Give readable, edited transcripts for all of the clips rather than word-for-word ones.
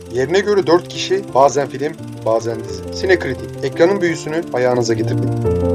Yerine göre 4 kişi, bazen film, bazen dizi. Sinekritik, ekranın büyüsünü ayağınıza getirdik.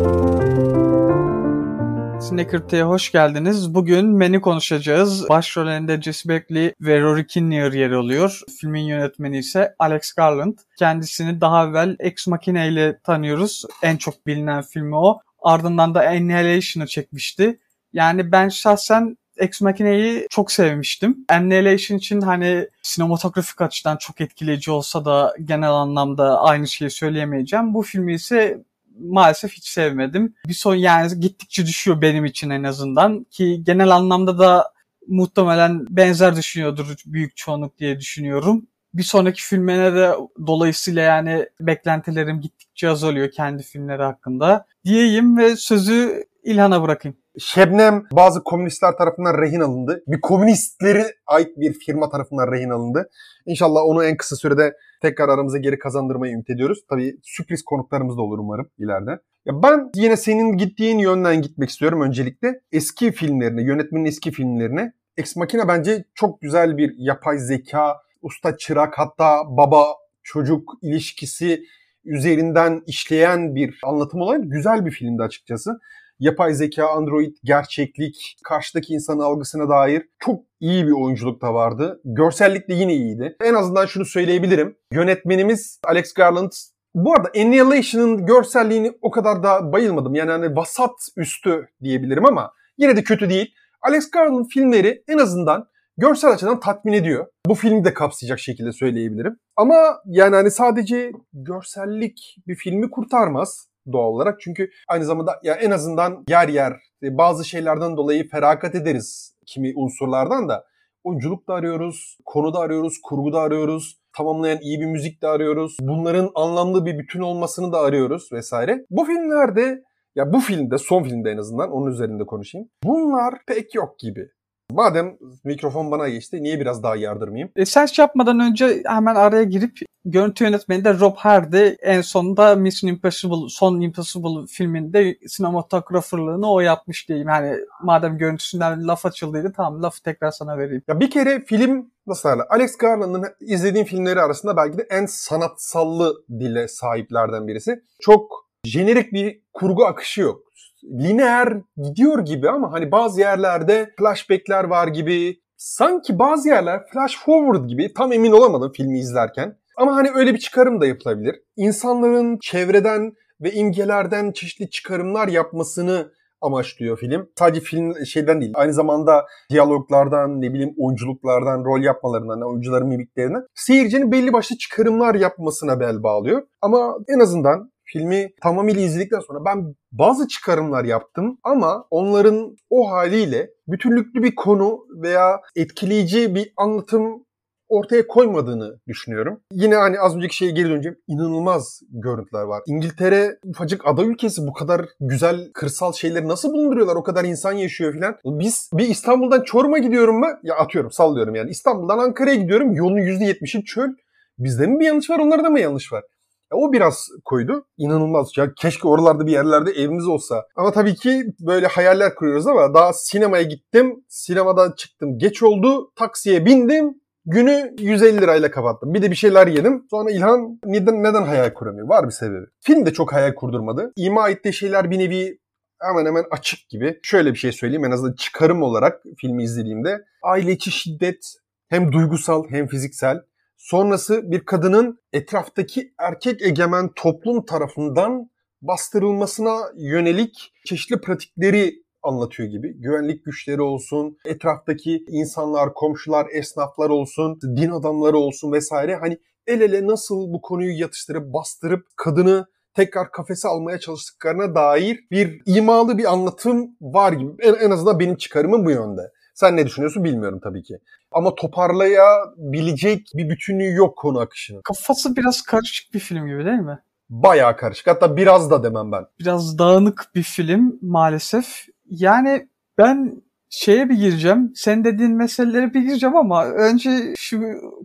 Sinekritik'e hoş geldiniz. Bugün Man'i konuşacağız. Başrollerinde Jesse Buckley ve Rory Kinnear yer alıyor. Filmin yönetmeni ise Alex Garland. Kendisini daha evvel Ex Machina ile tanıyoruz. En çok bilinen filmi o. Ardından da Annihilation'ı çekmişti. Yani ben şahsen Ex Machina'yı çok sevmiştim. Annihilation için hani sinematografik açıdan çok etkileyici olsa da genel anlamda aynı şeyi söyleyemeyeceğim. Bu filmi ise maalesef hiç sevmedim. Bir son yani gittikçe düşüyor benim için en azından. Ki genel anlamda da muhtemelen benzer düşünüyordur büyük çoğunluk diye düşünüyorum. Bir sonraki filmine de dolayısıyla yani beklentilerim gittikçe azalıyor kendi filmleri hakkında. Diyeyim ve sözü İlhan'a bırakayım. Şebnem bazı komünistler tarafından rehin alındı. Bir komünistlere ait bir firma tarafından rehin alındı. İnşallah onu en kısa sürede tekrar aramıza geri kazandırmayı ümit ediyoruz. Tabii sürpriz konuklarımız da olur umarım ileride. Ya ben yine senin gittiğin yönden gitmek istiyorum öncelikle. Eski filmlerine, yönetmenin eski filmlerine. Ex Machina bence çok güzel bir yapay zeka, usta çırak, hatta baba çocuk ilişkisi üzerinden işleyen bir anlatım olan güzel bir filmdi açıkçası. Yapay zeka, android, gerçeklik, karşıdaki insanın algısına dair çok iyi bir oyunculuk da vardı. Görsellik de yine iyiydi. En azından şunu söyleyebilirim. Yönetmenimiz Alex Garland. Bu arada Annihilation'ın görselliğini o kadar da bayılmadım. Yani hani vasat üstü diyebilirim ama yine de kötü değil. Alex Garland'ın filmleri en azından görsel açıdan tatmin ediyor. Bu filmi de kapsayacak şekilde söyleyebilirim. Ama yani hani sadece görsellik bir filmi kurtarmaz doğal olarak. Çünkü aynı zamanda ya en azından yer yer bazı şeylerden dolayı feragat ederiz kimi unsurlardan da. Oyunculuk da arıyoruz, konu da arıyoruz, kurgu da arıyoruz, tamamlayan iyi bir müzik de arıyoruz. Bunların anlamlı bir bütün olmasını da arıyoruz vesaire. Bu filmlerde, ya bu filmde, son filmde en azından onun üzerinde konuşayım. Bunlar pek yok gibi. Madem mikrofon bana geçti, niye biraz daha yardırmayayım? Sen yapmadan önce hemen araya girip görüntü yönetmeni de Rob Hardy, en sonunda Mission Impossible, Son Impossible filminde sinematografırlığını o yapmış diyeyim. Yani madem görüntüsünden laf açıldıydı, tamam lafı tekrar sana vereyim. Ya bir kere film nasıl derler? Alex Garland'ın izlediğim filmleri arasında belki de en sanatsallı dile sahiplerden birisi. Çok jenerik bir kurgu akışı yok. Lineer gidiyor gibi ama hani bazı yerlerde flashbackler var gibi. Sanki bazı yerler flash forward gibi, tam emin olamadım filmi izlerken. Ama hani öyle bir çıkarım da yapılabilir. İnsanların çevreden ve imgelerden çeşitli çıkarımlar yapmasını amaçlıyor film. Sadece film şeyden değil, aynı zamanda diyaloglardan, ne bileyim oyunculuklardan, rol yapmalarından, oyuncuların mimiklerinden seyircinin belli başlı çıkarımlar yapmasına bel bağlıyor. Ama en azından filmi tamamıyla izledikten sonra ben bazı çıkarımlar yaptım ama onların o haliyle bütünlüklü bir konu veya etkileyici bir anlatım ortaya koymadığını düşünüyorum. Yine hani az önceki şeye geri döneceğim. İnanılmaz görüntüler var. İngiltere ufacık ada ülkesi, bu kadar güzel kırsal şeyleri nasıl bulunduruyorlar? O kadar insan yaşıyor filan. Biz bir İstanbul'dan Çorum'a gidiyorum mu? Ya atıyorum, sallıyorum yani. İstanbul'dan Ankara'ya gidiyorum. Yolun %70'i çöl. Bizde mi bir yanlış var, onlarda mı yanlış var? O biraz koydu. İnanılmaz. Ya keşke oralarda bir yerlerde evimiz olsa. Ama tabii ki böyle hayaller kuruyoruz ama daha sinemaya gittim. Sinemadan çıktım. Geç oldu. Taksiye bindim. Günü 150 lirayla kapattım. Bir de bir şeyler yedim. Sonra İlhan neden hayal kuramıyor? Var bir sebebi. Film de çok hayal kurdurmadı. İma ettiği şeyler bir nevi hemen hemen açık gibi. Şöyle bir şey söyleyeyim en azından çıkarım olarak filmi izlediğimde. Aile içi şiddet, hem duygusal hem fiziksel. Sonrası bir kadının etraftaki erkek egemen toplum tarafından bastırılmasına yönelik çeşitli pratikleri anlatıyor gibi. Güvenlik güçleri olsun, etraftaki insanlar, komşular, esnaflar olsun, din adamları olsun vesaire. Hani el ele nasıl bu konuyu yatıştırıp bastırıp kadını tekrar kafese almaya çalıştıklarına dair bir imalı bir anlatım var gibi. En azından benim çıkarımım bu yönde. Sen ne düşünüyorsun bilmiyorum tabii ki. Ama toparlayabilecek bir bütünlüğü yok konu akışının. Kafası biraz karışık bir film gibi değil mi? Bayağı karışık. Hatta biraz da demem ben. Biraz dağınık bir film maalesef. Yani ben şeye bir gireceğim. Sen dediğin meselelere bir gireceğim ama önce şu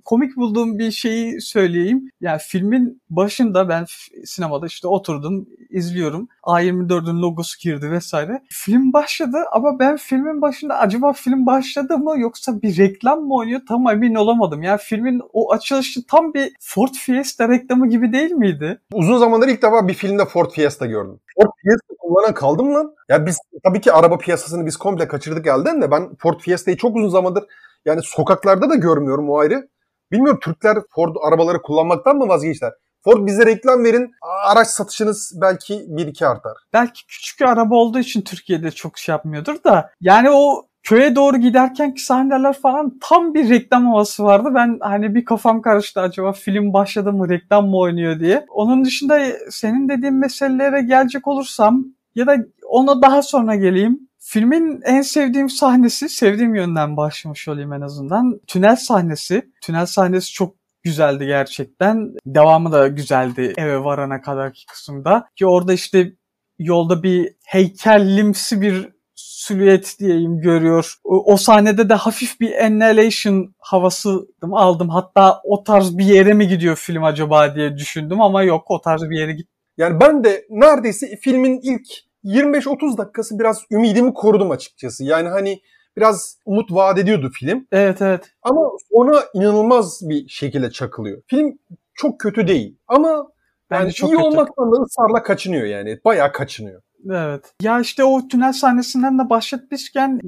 komik bulduğum bir şeyi söyleyeyim. Yani filmin başında ben sinemada işte oturdum, izliyorum. A24'ün logosu girdi vesaire. Film başladı ama ben filmin başında acaba film başladı mı yoksa bir reklam mı oynuyor tam emin olamadım. Yani filmin o açılışı tam bir Ford Fiesta reklamı gibi değil miydi? Uzun zamandır ilk defa bir filmde Ford Fiesta gördüm. Ford Fiesta kullanan kaldı mı lan? Ya biz tabii ki araba piyasasını biz komple kaçırdık elden de ben Ford Fiesta'yı çok uzun zamandır yani sokaklarda da görmüyorum, o ayrı. Bilmiyorum, Türkler Ford arabaları kullanmaktan mı vazgeçtiler? Ford bize reklam verin, araç satışınız belki 1-2 artar. Belki küçük bir araba olduğu için Türkiye'de çok şey yapmıyordur da yani o köye doğru giderkenki sahneler falan tam bir reklam havası vardı. Ben hani bir kafam karıştı, acaba film başladı mı, reklam mı oynuyor diye. Onun dışında senin dediğin meselelere gelecek olursam ya da ona daha sonra geleyim. Filmin en sevdiğim sahnesi, sevdiğim yönden başlamış olayım en azından. Tünel sahnesi. Tünel sahnesi çok güzeldi gerçekten. Devamı da güzeldi eve varana kadarki kısımda. Ki orada işte yolda bir heykellimsi bir silüet diyeyim görüyor. O sahnede de hafif bir Annihilation havası aldım. Hatta o tarz bir yere mi gidiyor film acaba diye düşündüm ama yok, o tarz bir yere gitti. Yani ben de neredeyse filmin ilk 25-30 dakikası biraz ümidimi korudum açıkçası. Yani hani biraz umut vaat ediyordu film. Evet. Ama ona inanılmaz bir şekilde çakılıyor. Film çok kötü değil ama yani çok iyi kötü olmaktan da ısrarla kaçınıyor yani. Bayağı kaçınıyor. Evet. Ya işte o tünel sahnesinden de bahsetmişken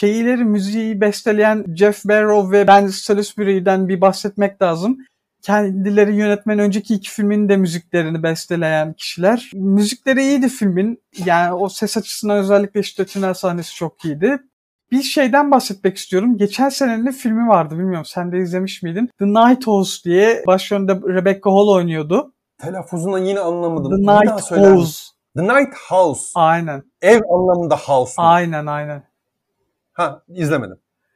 müziği besteleyen Jeff Barrow ve Ben Salisbury'den bir bahsetmek lazım. Kendileri yönetmen, önceki iki filmin de müziklerini besteleyen kişiler. Müzikleri iyiydi filmin. Yani o ses açısından özellikle işte tünel sahnesi çok iyiydi. Bir şeyden bahsetmek istiyorum. Geçen senenin filmi vardı, bilmiyorum sen de izlemiş miydin? The Night House diye. Başrolünde Rebecca Hall oynuyordu. Telaffuzundan yine anlamadım. The Night House. The Night House. Aynen. Ev anlamında house mu? Aynen. Ha, izlemedim.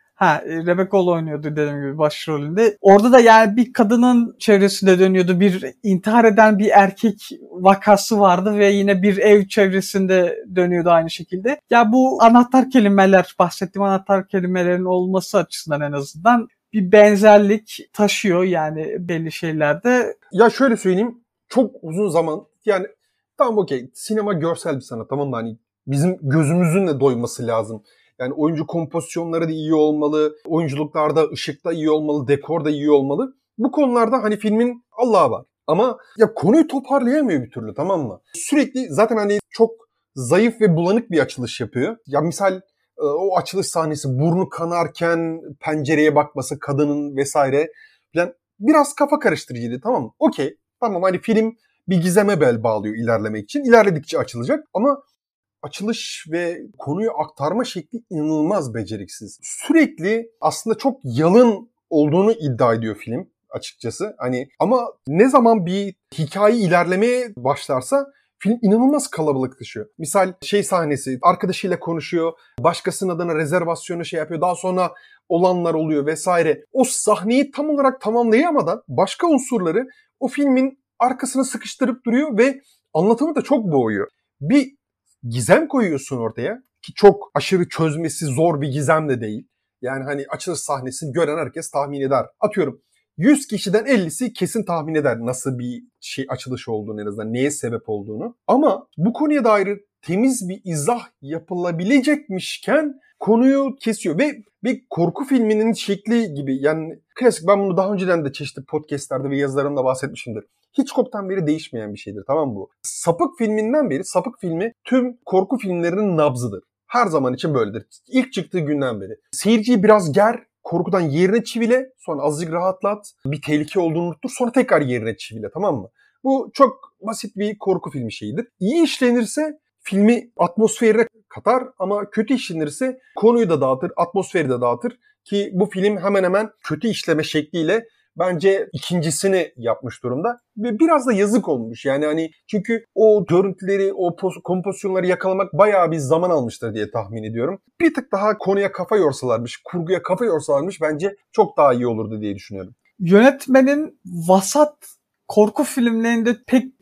Rebecca Hall oynuyordu dediğim gibi başrolünde. Orada da yani bir kadının çevresinde dönüyordu. Bir intihar eden bir erkek vakası vardı ve yine bir ev çevresinde dönüyordu aynı şekilde. Ya bu anahtar kelimeler, bahsettiğim anahtar kelimelerin olması açısından en azından bir benzerlik taşıyor yani belli şeylerde. Ya şöyle söyleyeyim. Çok uzun zaman yani tamam okey, sinema görsel bir sanat, tamam mı? Hani bizim gözümüzün de doyması lazım. Yani oyuncu kompozisyonları da iyi olmalı, oyunculuklarda ışık da iyi olmalı, dekor da iyi olmalı. Bu konularda hani filmin Allah'a var. Ama ya konuyu toparlayamıyor bir türlü, tamam mı? Sürekli zaten hani çok zayıf ve bulanık bir açılış yapıyor. Ya misal o açılış sahnesi, burnu kanarken pencereye bakması kadının vesaire falan biraz kafa karıştırıcıydı, tamam mı? Okey, tamam, hani film bir gizeme bel bağlıyor ilerlemek için. İlerledikçe açılacak ama açılış ve konuyu aktarma şekli inanılmaz beceriksiz. Sürekli aslında çok yalın olduğunu iddia ediyor film açıkçası. Hani ama ne zaman bir hikaye ilerlemeye başlarsa film inanılmaz kalabalıklaşıyor. Misal sahnesi, arkadaşıyla konuşuyor, başkasının adına rezervasyonu yapıyor, daha sonra olanlar oluyor vesaire. O sahneyi tam olarak tamamlayamadan başka unsurları o filmin arkasına sıkıştırıp duruyor ve anlatımı da çok boğuyor. Bir gizem koyuyorsun ortaya ki çok aşırı çözmesi zor bir gizem de değil. Yani hani açılış sahnesini gören herkes tahmin eder. Atıyorum 100 kişiden 50'si kesin tahmin eder nasıl bir açılış olduğunu, en azından neye sebep olduğunu. Ama bu konuya dair temiz bir izah yapılabilecekmişken konuyu kesiyor ve bir korku filminin şekli gibi, yani klasik, ben bunu daha önceden de çeşitli podcastlerde ve yazılarımda bahsetmişimdir. Hitchcock'tan beri değişmeyen bir şeydir, tamam mı bu? Sapık filminden beri, Sapık filmi tüm korku filmlerinin nabzıdır. Her zaman için böyledir. İlk çıktığı günden beri. Seyirciyi biraz ger, korkudan yerine çivile, sonra azıcık rahatlat, bir tehlike olduğunu unuttur, sonra tekrar yerine çivile, tamam mı? Bu çok basit bir korku filmi şeyidir. İyi işlenirse filmi atmosferine katar ama kötü işlenirse konuyu da dağıtır, atmosferi de dağıtır ki bu film hemen hemen kötü işleme şekliyle bence ikincisini yapmış durumda. Ve biraz da yazık olmuş. Yani hani çünkü o görüntüleri, o kompozisyonları yakalamak bayağı bir zaman almıştır diye tahmin ediyorum. Bir tık daha konuya kafa yorsalarmış, kurguya kafa yorsalarmış bence çok daha iyi olurdu diye düşünüyorum. Yönetmenin vasat korku filmlerinde pek çok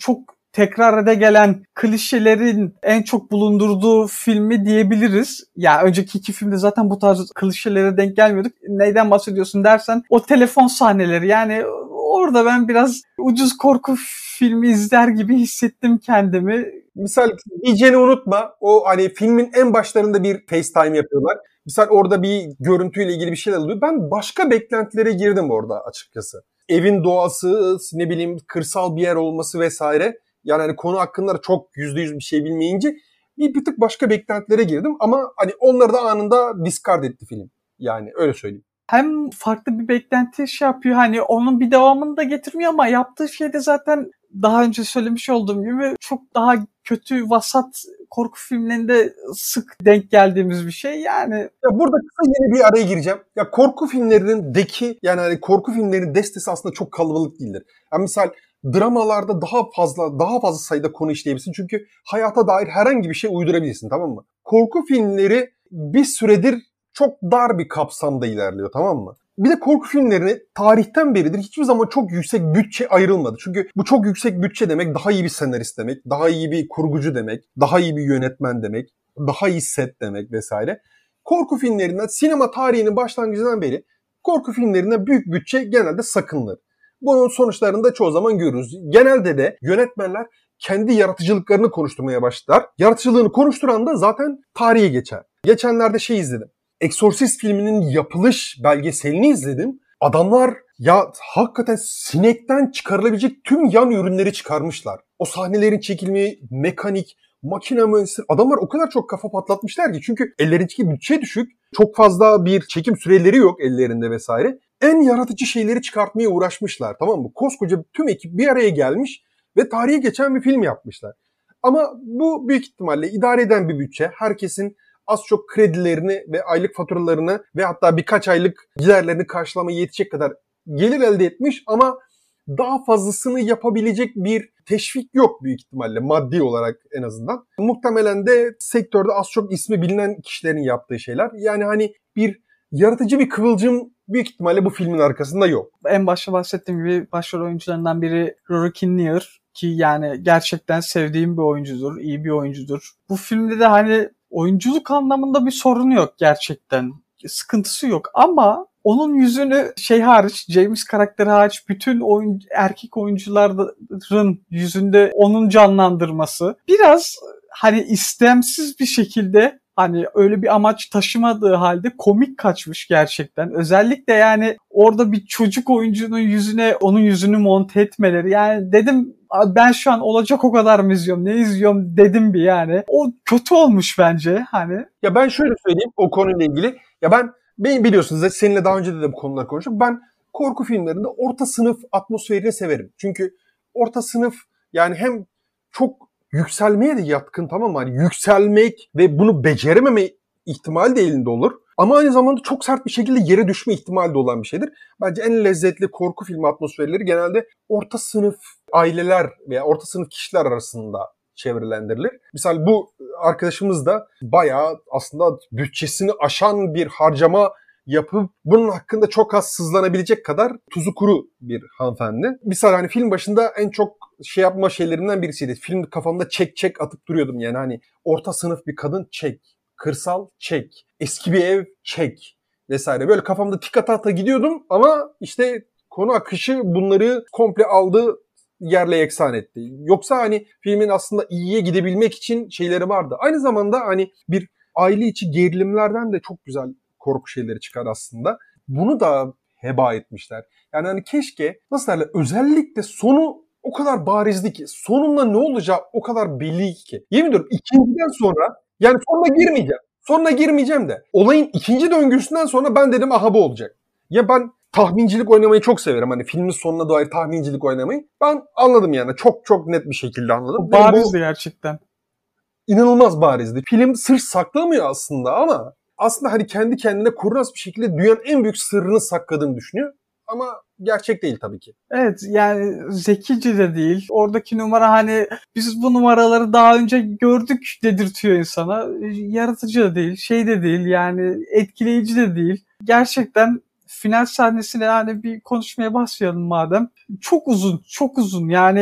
tekrar ede gelen klişelerin en çok bulundurduğu filmi diyebiliriz. Ya önceki iki filmde zaten bu tarz klişelere denk gelmiyorduk. Neyden bahsediyorsun dersen o telefon sahneleri, yani orada ben biraz ucuz korku filmi izler gibi hissettim kendimi. Misal diyeceğini unutma. O hani filmin en başlarında bir FaceTime yapıyorlar. Misal orada bir görüntüyle ilgili bir şeyler oluyor. Ben başka beklentilere girdim orada açıkçası. Evin doğası, ne bileyim kırsal bir yer olması vesaire. Yani hani konu hakkında çok %100 bir şey bilmeyince bir tık başka beklentilere girdim. Ama hani onları da anında discard etti film. Yani öyle söyleyeyim. Hem farklı bir beklenti şey yapıyor, hani onun bir devamını da getirmiyor ama yaptığı şey de zaten daha önce söylemiş olduğum gibi çok daha kötü, vasat korku filmlerinde sık denk geldiğimiz bir şey yani. Ya burada kısa yine bir araya gireceğim. Ya korku filmlerinin yani hani korku filmlerinin destesi aslında çok kalabalık değildir. Yani misal dramalarda daha fazla sayıda konu işleyebilirsin. Çünkü hayata dair herhangi bir şey uydurabilirsin, tamam mı? Korku filmleri bir süredir çok dar bir kapsamda ilerliyor, tamam mı? Bir de korku filmlerine tarihten beridir hiçbir zaman çok yüksek bütçe ayrılmadı. Çünkü bu çok yüksek bütçe demek daha iyi bir senarist demek, daha iyi bir kurgucu demek, daha iyi bir yönetmen demek, daha iyi set demek vesaire. Korku filmlerinden, sinema tarihinin başlangıcından beri korku filmlerine büyük bütçe genelde sakınılır. Bunun sonuçlarını da çoğu zaman görürüz. Genelde de yönetmenler kendi yaratıcılıklarını konuşturmaya başlar. Yaratıcılığını konuşturan da zaten tarihe geçer. Geçenlerde izledim. Exorcist filminin yapılış belgeselini izledim. Adamlar ya hakikaten sinekten çıkarılabilecek tüm yan ürünleri çıkarmışlar. O sahnelerin çekilmeyi, mekanik, makine mühendisleri, adamlar o kadar çok kafa patlatmışlar ki. Çünkü ellerindeki bütçe düşük. Çok fazla bir çekim süreleri yok ellerinde vesaire. En yaratıcı şeyleri çıkartmaya uğraşmışlar, tamam mı? Koskoca tüm ekip bir araya gelmiş ve tarihe geçen bir film yapmışlar. Ama bu büyük ihtimalle idare eden bir bütçe. Herkesin az çok kredilerini ve aylık faturalarını ve hatta birkaç aylık giderlerini karşılamaya yetecek kadar gelir elde etmiş ama daha fazlasını yapabilecek bir teşvik yok büyük ihtimalle, maddi olarak en azından. Muhtemelen de sektörde az çok ismi bilinen kişilerin yaptığı şeyler. Yani hani bir yaratıcı bir kıvılcım büyük ihtimalle bu filmin arkasında yok. En başta bahsettiğim gibi başrol oyuncularından biri Rory Kinnear, ki yani gerçekten sevdiğim bir oyuncudur, iyi bir oyuncudur. Bu filmde de hani oyunculuk anlamında bir sorunu yok gerçekten. Sıkıntısı yok ama onun yüzünü hariç, James karakteri hariç bütün erkek oyuncuların yüzünde onun canlandırması biraz hani istemsiz bir şekilde, hani öyle bir amaç taşımadığı halde komik kaçmış gerçekten. Özellikle yani orada bir çocuk oyuncunun yüzüne onun yüzünü monte etmeleri, yani dedim ben şu an olacak o kadar mı izliyorum, ne izliyorum dedim bir yani. O kötü olmuş bence hani. Ya ben şöyle söyleyeyim o konuyla ilgili. Ya ben biliyorsunuz seninle daha önce de bu konular konuştuk. Ben korku filmlerinde orta sınıf atmosferini severim. Çünkü orta sınıf yani hem çok yükselmeye de yatkın, tamam mı? Hani yükselmek ve bunu becerememe ihtimali de elinde olur. Ama aynı zamanda çok sert bir şekilde yere düşme ihtimali de olan bir şeydir. Bence en lezzetli korku filmi atmosferleri genelde orta sınıf aileler veya orta sınıf kişiler arasında çevrelendirilir. Misal bu arkadaşımız da bayağı aslında bütçesini aşan bir harcama yapıp bunun hakkında çok az sızlanabilecek kadar tuzu kuru bir hanımefendi. Misal hani film başında en çok yapma şeylerimden birisiydi. Film kafamda çek atıp duruyordum yani hani orta sınıf bir kadın çek, kırsal çek, eski bir ev çek vesaire. Böyle kafamda tik ata gidiyordum ama işte konu akışı bunları komple aldı, yerle yeksan etti. Yoksa hani filmin aslında iyiye gidebilmek için şeyleri vardı. Aynı zamanda hani bir aile içi gerilimlerden de çok güzel korku şeyleri çıkar aslında. Bunu da heba etmişler. Yani hani keşke nasıl derler, özellikle sonu o kadar barizdi ki, sonunda ne olacağı o kadar belli ki. Yemin ediyorum ikinciden sonra, yani sonuna girmeyeceğim de olayın ikinci döngüsünden sonra ben dedim aha bu olacak. Ya ben tahmincilik oynamayı çok severim. Hani filmin sonuna dair tahmincilik oynamayı. Ben anladım yani. Çok net bir şekilde anladım. Barizdi gerçekten. İnanılmaz barizdi. Film sır saklamıyor aslında ama aslında hani kendi kendine kurnaz bir şekilde dünyanın en büyük sırrını sakladığını düşünüyor. Ama gerçek değil tabii ki. Evet, yani zekice de değil. Oradaki numara hani biz bu numaraları daha önce gördük dedirtiyor insana. Yaratıcı da değil, de değil, yani etkileyici de değil. Gerçekten final sahnesine hani bir konuşmaya başlayalım madem. Çok uzun yani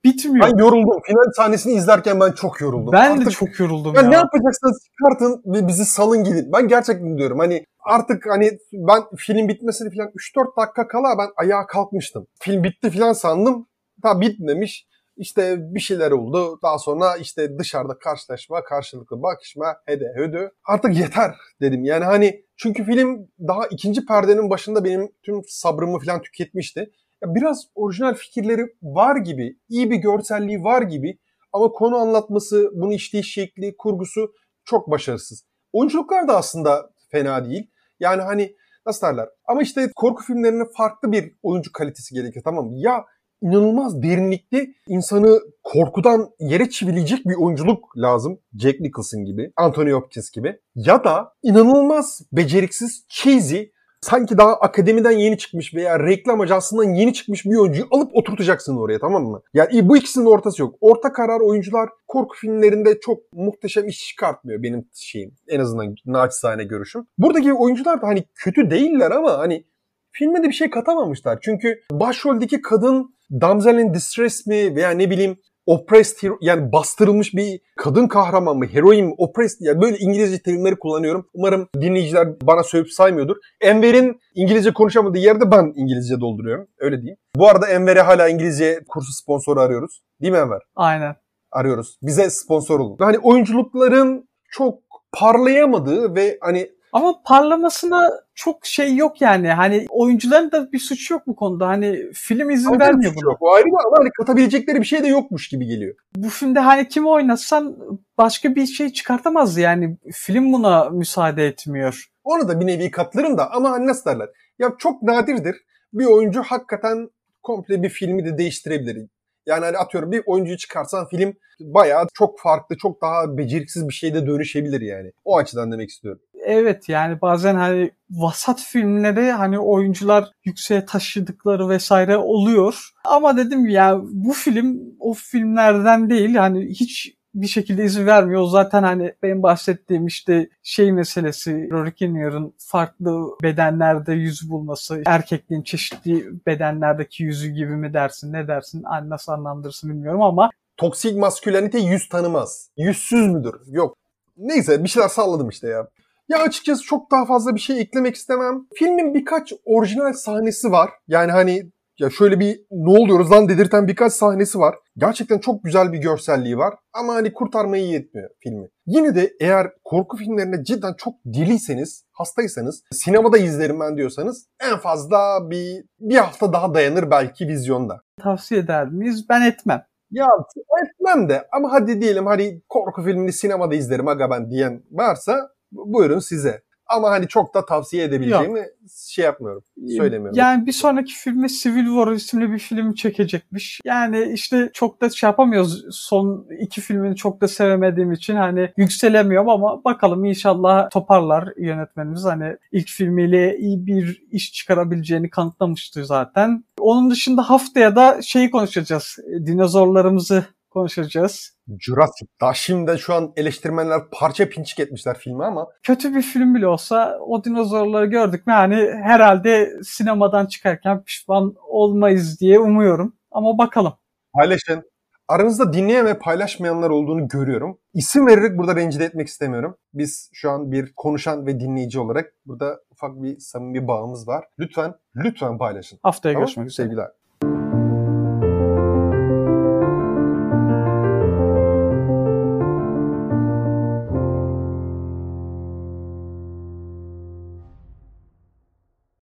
bitmiyor. Ben yoruldum. Final sahnesini izlerken ben çok yoruldum. Ben de çok yoruldum ya. Ne yapacaksanız çıkartın ve bizi salın gidin. Ben gerçekten diyorum hani artık hani ben film bitmesini falan 3-4 dakika kala ben ayağa kalkmıştım. Film bitti falan sandım. Daha bitmemiş. İşte bir şeyler oldu. Daha sonra işte dışarıda karşılaşma, karşılıklı bakışma, hede hödü. Artık yeter dedim. Yani hani çünkü film daha ikinci perdenin başında benim tüm sabrımı falan tüketmişti. Ya biraz orijinal fikirleri var gibi, iyi bir görselliği var gibi ama konu anlatması, bunu işleyiş şekli, kurgusu çok başarısız. Oyunculuklar da aslında fena değil. Yani hani nasıl derler? Ama işte korku filmlerine farklı bir oyuncu kalitesi gerekiyor, tamam mı? Ya inanılmaz derinlikli, insanı korkudan yere çivileyecek bir oyunculuk lazım. Jack Nicholson gibi, Anthony Hopkins gibi. Ya da inanılmaz beceriksiz, cheesy, sanki daha akademiden yeni çıkmış veya reklam ajansından yeni çıkmış bir oyuncuyu alıp oturtacaksın oraya, tamam mı? Yani bu ikisinin ortası yok. Orta karar oyuncular korku filmlerinde çok muhteşem iş çıkartmıyor benim şeyim. En azından naçizane görüşüm. Buradaki oyuncular da hani kötü değiller ama hani filme de bir şey katamamışlar. Çünkü başroldeki kadın damsel in distress mi veya ne bileyim oppressed hero, yani bastırılmış bir kadın kahraman mı, heroin mi, oppressed, yani böyle İngilizce terimleri kullanıyorum. Umarım dinleyiciler bana sövüp saymıyordur. Enver'in İngilizce konuşamadığı yerde ben İngilizce dolduruyorum. Öyle diyeyim. Bu arada Enver'e hala İngilizce kursu sponsoru arıyoruz. Değil mi Enver? Aynen. Arıyoruz. Bize sponsor olun. Hani oyunculukların çok parlayamadığı ve hani ama parlamasına çok şey yok yani. Hani oyuncuların da bir suçu yok bu konuda. Hani film izin vermiyor buna. Yok. O ayrı da ama hani katabilecekleri bir şey de yokmuş gibi geliyor. Bu filmde hani kimi oynatsan başka bir şey çıkartamaz yani. Film buna müsaade etmiyor. Onu da bir nevi katlarım da ama hani nasıl derler? Ya çok nadirdir bir oyuncu hakikaten komple bir filmi de değiştirebilir. Yani hani atıyorum bir oyuncuyu çıkarsan film bayağı çok farklı, çok daha beceriksiz bir şeyde dönüşebilir yani. O açıdan demek istiyorum. Evet, yani bazen hani vasat filmlere hani oyuncular yükseğe taşıdıkları vesaire oluyor. Ama dedim ya, bu film o filmlerden değil. Hani hiç bir şekilde izin vermiyor. Zaten hani benim bahsettiğim işte şey meselesi, Rory Kinnear'ın farklı bedenlerde yüz bulması, erkekliğin çeşitli bedenlerdeki yüzü gibi mi dersin, ne dersin, hani nasıl anlamdırsın bilmiyorum ama Toksik maskülenite yüz tanımaz. Yüzsüz müdür? Yok. Neyse bir şeyler salladım işte ya. Ya açıkçası çok daha fazla bir şey eklemek istemem. Filmin birkaç orijinal sahnesi var. Yani hani ya şöyle bir ne oluyoruz lan dedirten birkaç sahnesi var. Gerçekten çok güzel bir görselliği var. Ama hani kurtarmayı yetmiyor filmi. Yine de eğer korku filmlerine cidden çok deliyseniz, hastaysanız, sinemada izlerim ben diyorsanız en fazla bir hafta daha dayanır belki vizyonda. tavsiye eder miyiz? Ben etmem. Ya etmem de ama hadi diyelim hani korku filmini sinemada izlerim aga ben diyen varsa buyurun size. Ama hani çok da tavsiye edebileceğimi şey yapmıyorum, söylemiyorum. Yani bir sonraki filmi Civil War isimli bir film çekecekmiş. Yani işte çok da şey yapamıyoruz. Son iki filmini çok da sevemediğim için hani yükselemiyorum ama bakalım, inşallah toparlar yönetmenimiz. Hani ilk filmiyle iyi bir iş çıkarabileceğini kanıtlamıştı zaten. Onun dışında haftaya da şeyi konuşacağız. Dinozorlarımızı konuşacağız. Jurassic. Daha şimdi şu an eleştirmenler parça pinçik etmişler filmi ama. Kötü bir film bile olsa o dinozorları gördük mü yani herhalde sinemadan çıkarken pişman olmayız diye umuyorum. Ama bakalım. Paylaşın. Aranızda dinleyen ve paylaşmayanlar olduğunu görüyorum. İsim vererek burada rencide etmek istemiyorum. Biz şu an bir konuşan ve dinleyici olarak burada ufak bir samimi bağımız var. Lütfen paylaşın. Haftaya Tamam? görüşmek üzere. Sevgiler.